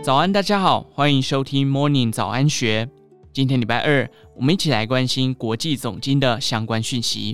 早安，大家好，欢迎收听 Morning 早安学。今天礼拜二，我们一起来关心国际总经的相关讯息。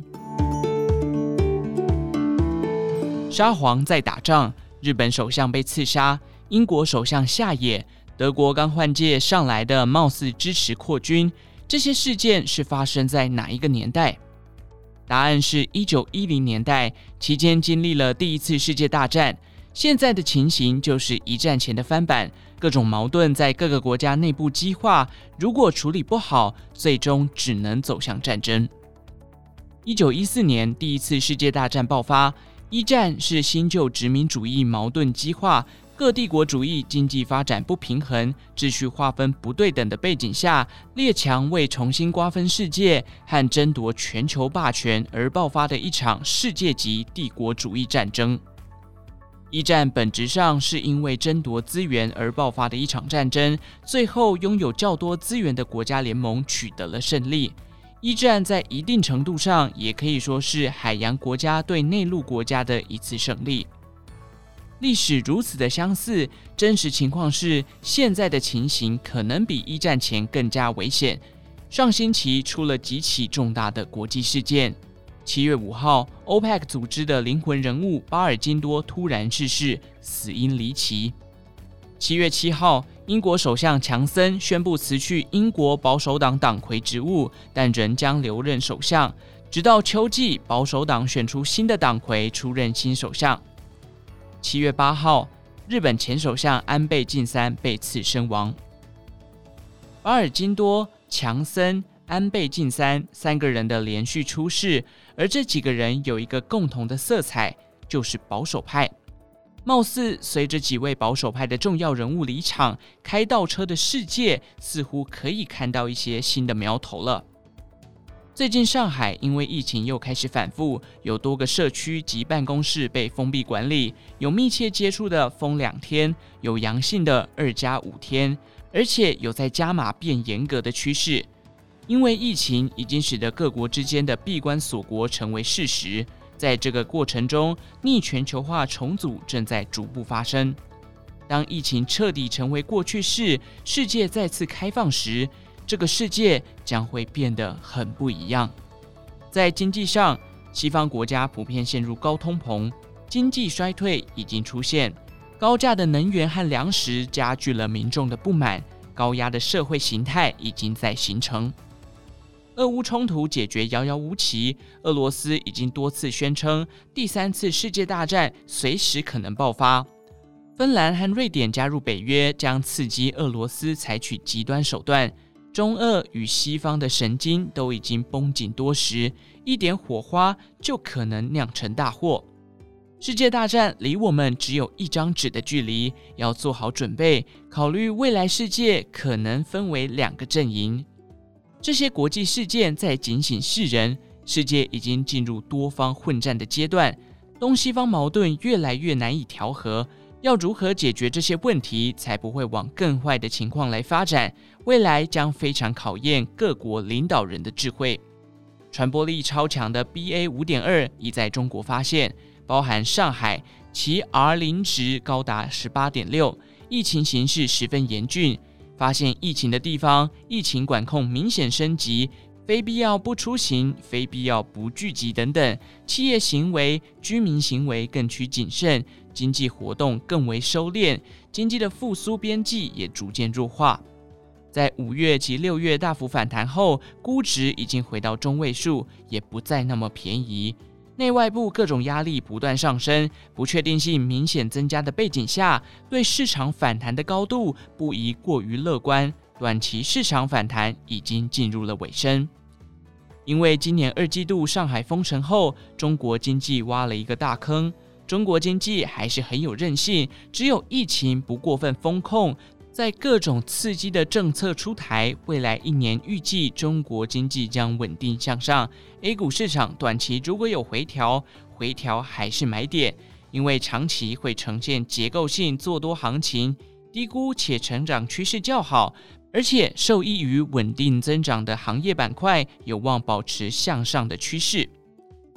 沙皇在打仗，日本首相被刺杀，英国首相下野，德国刚换届上来的貌似支持扩军，这些事件是发生在哪一个年代？答案是1910年代，期间经历了第一次世界大战。现在的情形就是一战前的翻版，各种矛盾在各个国家内部激化，如果处理不好，最终只能走向战争。1914年第一次世界大战爆发，一战是新旧殖民主义矛盾激化，各帝国主义经济发展不平衡，秩序划分不对等的背景下，列强为重新瓜分世界和争夺全球霸权而爆发的一场世界级帝国主义战争。一战本质上是因为争夺资源而爆发的一场战争，最后拥有较多资源的国家联盟取得了胜利。一战在一定程度上也可以说是海洋国家对内陆国家的一次胜利。历史如此的相似，真实情况是现在的情形可能比一战前更加危险。上星期出了几起重大的国际事件。7月5号 OPEC 组织的灵魂人物巴尔金多突然逝世，死因离奇。7月7号英国首相强森宣布辞去英国保守党党魁职务，但仍将留任首相，直到秋季保守党选出新的党魁出任新首相。7月8号日本前首相安倍晋三被刺身亡。巴尔金多、强森、安倍晋三三个人的连续出事，而这几个人有一个共同的色彩，就是保守派。貌似随着几位保守派的重要人物离场，开倒车的世界似乎可以看到一些新的苗头了。最近上海因为疫情又开始反复，有多个社区及办公室被封闭管理，有密切接触的封2天，有阳性的2+5天，而且有在加码变严格的趋势。因为疫情已经使得各国之间的闭关锁国成为事实，在这个过程中，逆全球化重组正在逐步发生。当疫情彻底成为过去式，世界再次开放时，这个世界将会变得很不一样。在经济上，西方国家普遍陷入高通膨，经济衰退已经出现，高价的能源和粮食加剧了民众的不满，高压的社会形态已经在形成。俄乌冲突解决遥遥无期，俄罗斯已经多次宣称第3次世界大战随时可能爆发。芬兰和瑞典加入北约，将刺激俄罗斯采取极端手段。中俄与西方的神经都已经绷紧多时，一点火花就可能酿成大祸。世界大战离我们只有一张纸的距离，要做好准备，考虑未来世界可能分为2个阵营。这些国际事件在警醒世人，世界已经进入多方混战的阶段，东西方矛盾越来越难以调和，要如何解决这些问题，才不会往更坏的情况来发展，未来将非常考验各国领导人的智慧。传播力超强的 BA5.2 已在中国发现，包含上海，其 R0 值高达 18.6， 疫情形势十分严峻。发现疫情的地方，疫情管控明显升级，非必要不出行，非必要不聚集等等，企业行为、居民行为更趋谨慎，经济活动更为收敛，经济的复苏边际也逐渐弱化。在5月及6月大幅反弹后，估值已经回到中位数，也不再那么便宜。内外部各种压力不断上升，不确定性明显增加的背景下，对市场反弹的高度不宜过于乐观，短期市场反弹已经进入了尾声。因为今年2季度上海封城后，中国经济挖了一个大坑，中国经济还是很有韧性，只有疫情不过分封控，在各种刺激的政策出台，未来1年预计中国经济将稳定向上。A 股市场短期如果有回调还是买点，因为长期会呈现结构性做多行情，低估且成长趋势较好，而且受益于稳定增长的行业板块，有望保持向上的趋势。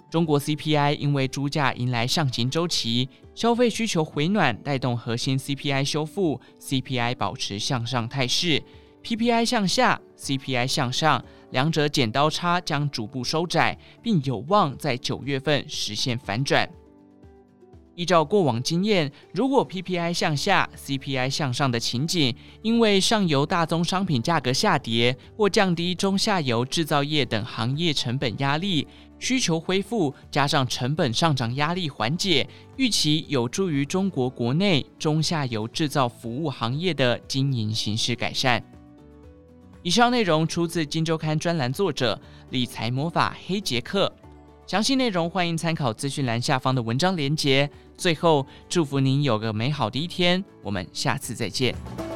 中国 CPI 因为猪价迎来上行周期，消费需求回暖，带动核心 CPI 修复 ，CPI 保持向上态势。PPI 向下 ，CPI 向上，两者剪刀差将逐步收窄，并有望在9月份实现反转。依照过往经验，如果 PPI 向下 ，CPI 向上的情景，因为上游大宗商品价格下跌或降低中下游制造业等行业成本压力，需求恢复，加上成本上涨压力缓解，预期有助于中国国内中下游制造服务行业的经营形势改善。以上内容出自《今周刊》专栏作者理财魔法黑杰克。详细内容欢迎参考资讯栏下方的文章连结。最后，祝福您有个美好的一天，我们下次再见。